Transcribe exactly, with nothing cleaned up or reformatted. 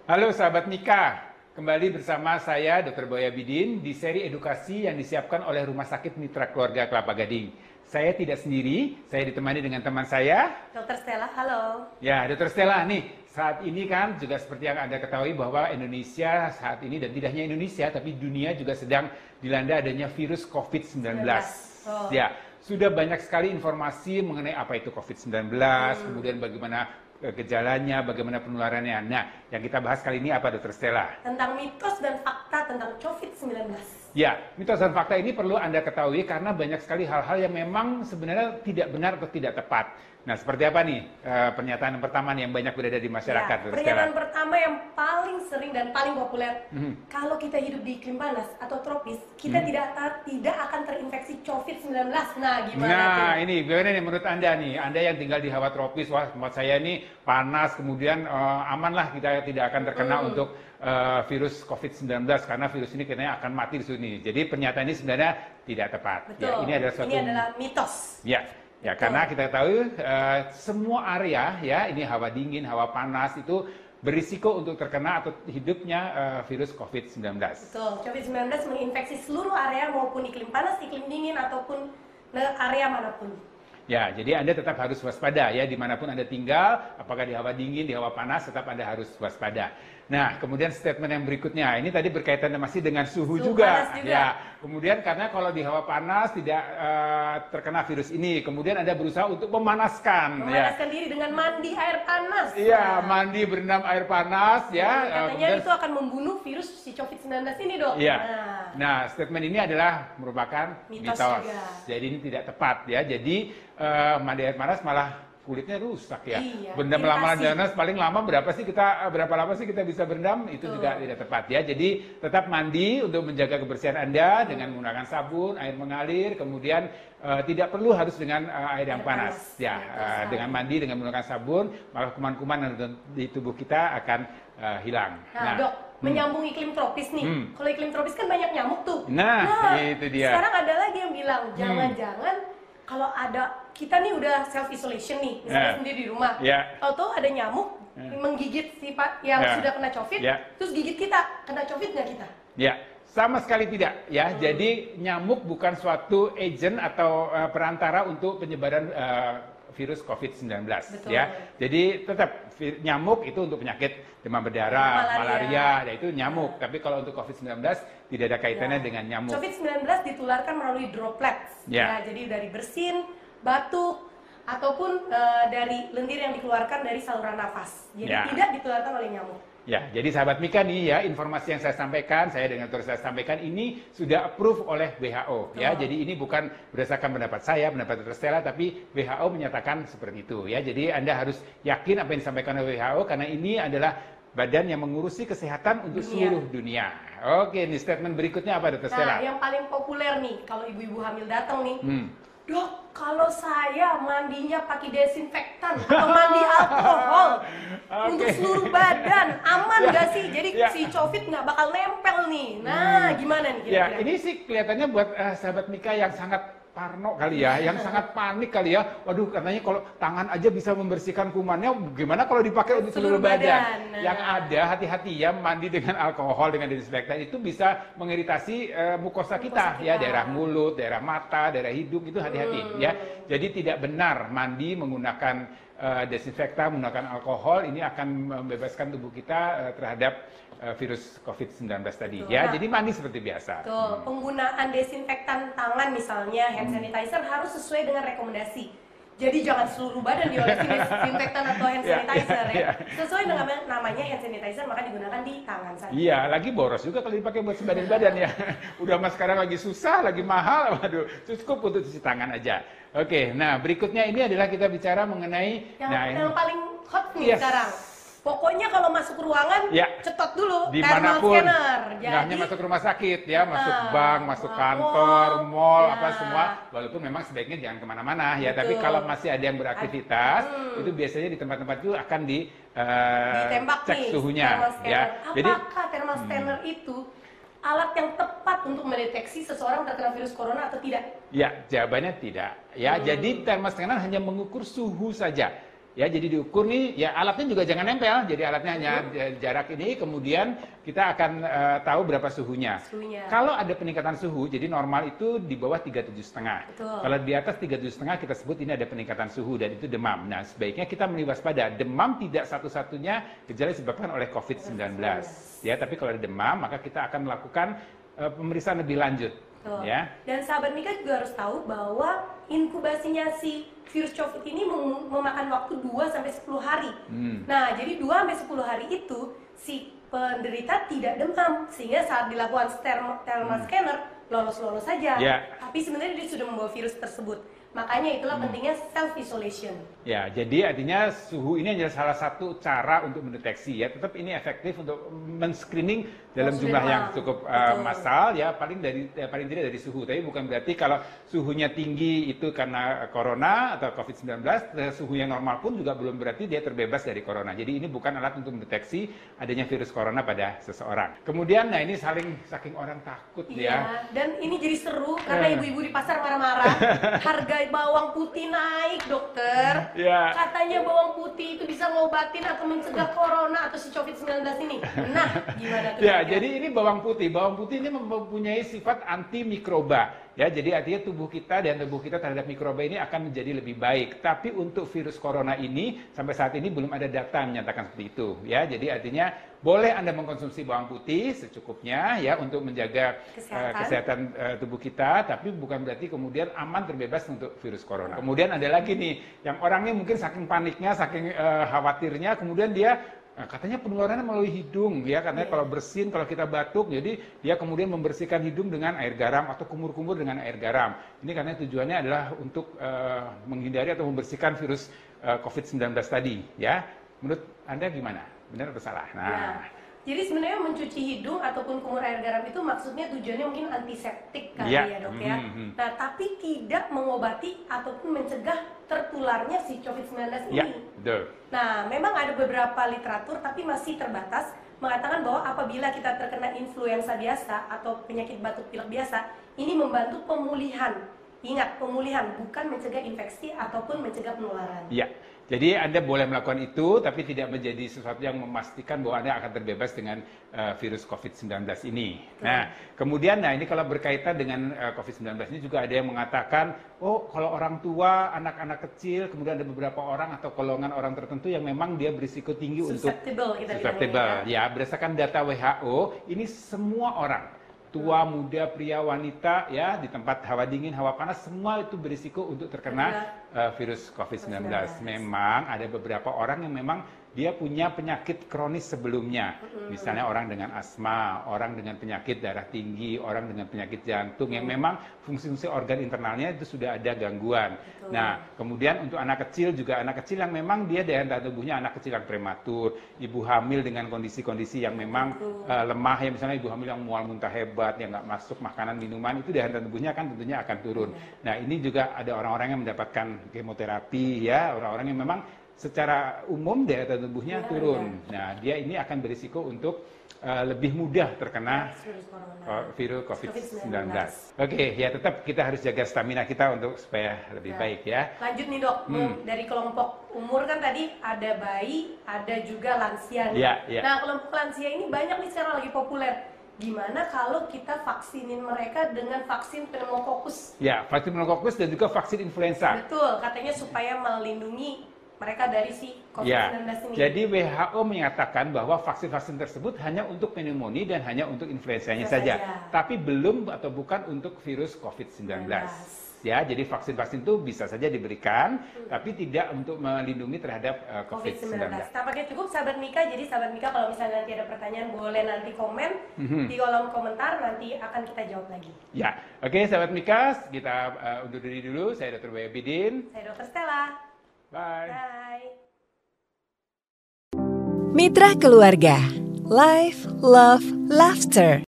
Halo sahabat Mika, kembali bersama saya dokter Boy Abidin di seri edukasi yang disiapkan oleh Rumah Sakit Mitra Keluarga Kelapa Gading. Saya tidak sendiri, saya ditemani dengan teman saya, dokter Stella. Halo. Ya, dokter Stella, nih saat ini kan juga seperti yang Anda ketahui bahwa Indonesia saat ini, dan tidak hanya Indonesia, tapi dunia juga sedang dilanda adanya virus covid sembilan belas. Oh. Ya, sudah banyak sekali informasi mengenai apa itu covid sembilan belas, hmm. kemudian bagaimana gejalanya, bagaimana penularannya. Nah, yang kita bahas kali ini apa, dokter Stella? Tentang mitos dan fakta tentang covid sembilan belas. Ya, mitos dan fakta ini perlu Anda ketahui karena banyak sekali hal-hal yang memang sebenarnya tidak benar atau tidak tepat. Nah, seperti apa nih uh, pernyataan yang pertama nih yang banyak beredar di masyarakat? Ya, pernyataan Stella. Pertama yang paling sering dan paling populer, hmm. kalau kita hidup di iklim panas atau tropis, kita hmm. tidak tidak akan terinfeksi covid sembilan belas. Nah, gimana Nah, tuh? ini gimana nih menurut Anda nih? Anda yang tinggal di hawa tropis, wah tempat saya ini panas, kemudian uh, aman lah kita tidak akan terkena hmm. untuk uh, virus covid sembilan belas karena virus ini katanya akan mati di sini. Jadi pernyataan ini sebenarnya tidak tepat. Betul. Ya, ini adalah suatu ini adalah mitos. Ya. Ya, karena kita tahu uh, semua area ya, ini hawa dingin, hawa panas itu berisiko untuk terkena atau hidupnya uh, virus covid sembilan belas. Betul, covid sembilan belas menginfeksi seluruh area maupun iklim panas, iklim dingin ataupun area manapun. Ya, jadi Anda tetap harus waspada ya, dimanapun Anda tinggal, apakah di hawa dingin, di hawa panas, tetap Anda harus waspada. Nah, kemudian statement yang berikutnya, ini tadi berkaitan masih dengan suhu, suhu juga. juga. Ya, kemudian karena kalau di hawa panas tidak uh, terkena virus ini, kemudian Anda berusaha untuk memanaskan. Memanaskan ya. diri dengan mandi air panas. Iya, nah. mandi berendam air panas ya. Hmm, katanya kemudian, itu akan membunuh virus si covid sembilan belas ini, dok. Iya. Nah. nah, statement ini adalah merupakan mitos. mitos. Jadi ini tidak tepat ya. Jadi uh, mandi air panas malah kulitnya rusak ya. Iya, berendam lama panas paling lama berapa sih kita berapa lama sih kita bisa berendam? Itu Tuh. juga tidak tepat ya. Jadi tetap mandi untuk menjaga kebersihan Anda hmm. dengan menggunakan sabun, air mengalir, kemudian uh, tidak perlu harus dengan uh, air yang air panas, panas. ya. Uh, dengan mandi dengan menggunakan sabun, maka kuman-kuman di tubuh kita akan uh, hilang. Nah, nah dok, hmm. menyambung iklim tropis nih. Hmm. Kalau iklim tropis kan banyak nyamuk tuh. Nah, nah itu dia. Sekarang ada lagi yang bilang jangan-jangan hmm. kalau ada kita nih udah self isolation nih, misalnya yeah. sendiri di rumah, yeah. atau ada nyamuk yeah. menggigit si pak yang yeah. sudah kena covid, yeah. terus gigit kita, kena covid nggak kita? Ya, yeah. sama sekali tidak. Ya, hmm. jadi nyamuk bukan suatu agent atau uh, perantara untuk penyebaran uh, virus covid sembilan belas. Betul. Ya, jadi tetap nyamuk itu untuk penyakit demam berdarah, malaria, malaria ya itu nyamuk. Ya. Tapi kalau untuk covid sembilan belas tidak ada kaitannya ya. dengan nyamuk. covid sembilan belas ditularkan melalui droplets. Ya. Ya, jadi dari bersin, batuk, ataupun uh, dari lendir yang dikeluarkan dari saluran nafas. Jadi ya. tidak ditularkan oleh nyamuk. Ya, jadi sahabat Mika nih ya, informasi yang saya sampaikan, saya dengan terus saya sampaikan ini sudah approve oleh W H O. Ya, oh. jadi ini bukan berdasarkan pendapat saya, pendapat dokter Stella, tapi W H O menyatakan seperti itu. Ya, jadi Anda harus yakin apa yang disampaikan oleh W H O karena ini adalah badan yang mengurusi kesehatan untuk dunia. seluruh dunia. Oke, nih statement berikutnya apa dokter Stella? Nah, yang paling populer nih kalau ibu-ibu hamil datang nih. Hmm. Dok, kalau saya mandinya pakai desinfektan atau mandi alkohol okay. untuk seluruh badan, aman ya, nggak sih? Jadi ya. si COVID nggak bakal nempel nih. Nah, hmm. gimana nih kira-kira? Ya, ini sih kelihatannya buat uh, sahabat Mika yang sangat parno kali ya, yang sangat panik kali ya. Waduh, katanya kalau tangan aja bisa membersihkan kumannya, gimana kalau dipakai untuk seluruh, seluruh badan? badan. Nah. Yang ada, hati-hati ya, mandi dengan alkohol, dengan desinfektan itu bisa mengiritasi uh, mukosa, mukosa kita, kita, ya, daerah mulut, daerah mata, daerah hidung itu hati-hati hmm. ya. Jadi tidak benar mandi menggunakan uh, desinfektan, menggunakan alkohol, ini akan membebaskan tubuh kita uh, terhadap uh, virus covid sembilan belas tadi. Betul. Ya, nah, jadi mandi seperti biasa. Tuh, hmm. penggunaan desinfektan tangan misalnya, hand sanitizer hmm. harus sesuai dengan rekomendasi. Jadi jangan seluruh badan diolesi desinfektan atau hand sanitizer ya. Sesuai dengan namanya hand sanitizer maka digunakan di tangan saja. Iya, lagi boros juga kalau dipakai buat sebadan-badan ya. Udah mas sekarang lagi susah, lagi mahal, waduh, cukup untuk cuci tangan aja. Oke, nah berikutnya ini adalah kita bicara mengenai yang, nah, yang paling hot nih yes. sekarang. Pokoknya kalau masuk ruangan, ya. cetot dulu thermal scanner. Jadi, nggak hanya masuk rumah sakit ya, uh, masuk bank, masuk kantor, mall, mall ya. apa semua. Walaupun memang sebaiknya jangan kemana-mana ya. Betul. Tapi kalau masih ada yang beraktivitas, hmm. itu biasanya di tempat-tempat itu akan di uh, ditembak cek nih, suhunya. Ya. Apakah Jadi, thermal scanner hmm. itu alat yang tepat untuk mendeteksi seseorang terkena virus corona atau tidak? Ya, jawabannya tidak. Ya, hmm. jadi thermal scanner hanya mengukur suhu saja. Ya, jadi diukur nih, ya alatnya juga jangan nempel, jadi alatnya hanya jarak ini, kemudian kita akan uh, tahu berapa suhunya. suhunya. Kalau ada peningkatan suhu, jadi normal itu di bawah tiga puluh tujuh koma lima. Kalau di atas tiga puluh tujuh koma lima kita sebut ini ada peningkatan suhu dan itu demam. Nah, sebaiknya kita mewaspada. Demam tidak satu-satunya gejala disebabkan oleh covid sembilan belas. Ya, tapi kalau ada demam, maka kita akan melakukan uh, pemeriksaan lebih lanjut. Tuh. Ya. Dan sahabat Mika juga harus tahu bahwa inkubasinya si virus COVID ini mem memakan waktu dua sampai sepuluh hari. Hmm. Nah, jadi dua sampai sepuluh hari itu si penderita tidak demam sehingga saat dilakukan thermal hmm. scanner lolos-lolos saja. Yeah. Tapi sebenarnya dia sudah membawa virus tersebut. Makanya itulah hmm. pentingnya self isolation. Ya, jadi artinya suhu ini adalah salah satu cara untuk mendeteksi ya. Tetap ini efektif untuk men-screening dalam oh, jumlah yang cukup uh, massal ya, paling dari ya, paling tidak dari suhu. Tapi bukan berarti kalau suhunya tinggi itu karena corona atau covid sembilan belas, suhu yang normal pun juga belum berarti dia terbebas dari corona. Jadi ini bukan alat untuk mendeteksi adanya virus corona pada seseorang. Kemudian nah ini saling saking orang takut iya, ya. Dan ini jadi seru karena ibu-ibu di pasar marah-marah. Harga bawang putih naik, dokter. Ya. Katanya bawang putih itu bisa ngobatin atau mencegah corona atau si covid sembilan belas ini. Nah, gimana tuh? Ya, jadi ini bawang putih. Bawang putih ini mempunyai sifat antimikroba. Ya, jadi artinya tubuh kita dan tubuh kita terhadap mikroba ini akan menjadi lebih baik. Tapi untuk virus corona ini sampai saat ini belum ada data yang menyatakan seperti itu. Ya, jadi artinya boleh Anda mengkonsumsi bawang putih secukupnya ya untuk menjaga kesehatan, uh, kesehatan uh, tubuh kita, tapi bukan berarti kemudian aman terbebas untuk virus corona. Kemudian ada lagi nih yang orangnya mungkin saking paniknya, saking uh, khawatirnya, kemudian dia Nah, katanya penularannya melalui hidung, ya, karena yeah. kalau bersin, kalau kita batuk, jadi dia kemudian membersihkan hidung dengan air garam atau kumur-kumur dengan air garam. Ini karena tujuannya adalah untuk uh, menghindari atau membersihkan virus uh, covid sembilan belas tadi, ya. Menurut Anda gimana? Benar atau salah? Nah. Yeah. Jadi sebenarnya mencuci hidung ataupun kumur air garam itu maksudnya tujuannya mungkin antiseptik kali ya, ya dok ya. Mm-hmm. Nah tapi tidak mengobati ataupun mencegah tertularnya si covid sembilan belas ini. Ya, betul. Nah memang ada beberapa literatur tapi masih terbatas mengatakan bahwa apabila kita terkena influenza biasa atau penyakit batuk pilek biasa, ini membantu pemulihan. Ingat, pemulihan bukan mencegah infeksi ataupun mencegah penularan. Iya. Jadi Anda boleh melakukan itu, tapi tidak menjadi sesuatu yang memastikan bahwa Anda akan terbebas dengan uh, virus covid sembilan belas ini. Hmm. Nah, kemudian nah ini kalau berkaitan dengan uh, covid sembilan belas ini juga ada yang mengatakan, oh kalau orang tua, anak-anak kecil, kemudian ada beberapa orang atau golongan orang tertentu yang memang dia berisiko tinggi susceptible, untuk kita susceptible. Ya, berdasarkan data W H O, ini semua orang tua, muda, pria, wanita, ya di tempat hawa dingin, hawa panas, semua itu berisiko untuk terkena uh, virus covid sembilan belas. Memang ada beberapa orang yang memang dia punya penyakit kronis sebelumnya. Misalnya orang dengan asma, orang dengan penyakit darah tinggi, orang dengan penyakit jantung yang memang fungsi-fungsi organ internalnya itu sudah ada gangguan. Betul. Nah, kemudian untuk anak kecil juga anak kecil yang memang dia daya tahan tubuhnya anak kecil yang prematur, ibu hamil dengan kondisi-kondisi yang memang uh, lemah ya, misalnya ibu hamil yang mual muntah hebat, yang nggak masuk makanan minuman, itu daya tahan tubuhnya kan tentunya akan turun. Nah, ini juga ada orang-orang yang mendapatkan kemoterapi ya, orang-orang yang memang secara umum daya tahan tubuhnya ya, turun. Ya. Nah, dia ini akan berisiko untuk uh, lebih mudah terkena uh, virus covid sembilan belas. Oke, okay, ya tetap kita harus jaga stamina kita untuk supaya lebih ya. baik ya. Lanjut nih dok, hmm. dari kelompok umur kan tadi ada bayi, ada juga lansia nih. Ya, ya. Nah, kelompok lansia ini banyak nih sekarang lagi populer. Gimana kalau kita vaksinin mereka dengan vaksin pneumokokus? Ya, vaksin pneumokokus dan juga vaksin influenza. Betul, katanya supaya melindungi mereka dari si covid sembilan belas ya, ini. Jadi W H O menyatakan bahwa vaksin-vaksin tersebut hanya untuk pneumonia dan hanya untuk influenzanya saja. saja. Tapi belum atau bukan untuk virus covid sembilan belas. Ya, jadi vaksin-vaksin itu bisa saja diberikan, hmm. tapi tidak untuk melindungi terhadap uh, covid sembilan belas. Tampaknya cukup sahabat Mika, jadi sahabat Mika kalau misalnya nanti ada pertanyaan boleh nanti komen mm-hmm. di kolom komentar, nanti akan kita jawab lagi. Ya, oke okay, sahabat Mika, kita uh, undur diri dulu. Saya dokter Boy Abidin. Saya dokter Stella. Bye. Bye. Mitra Keluarga, Life, Love, Laughter.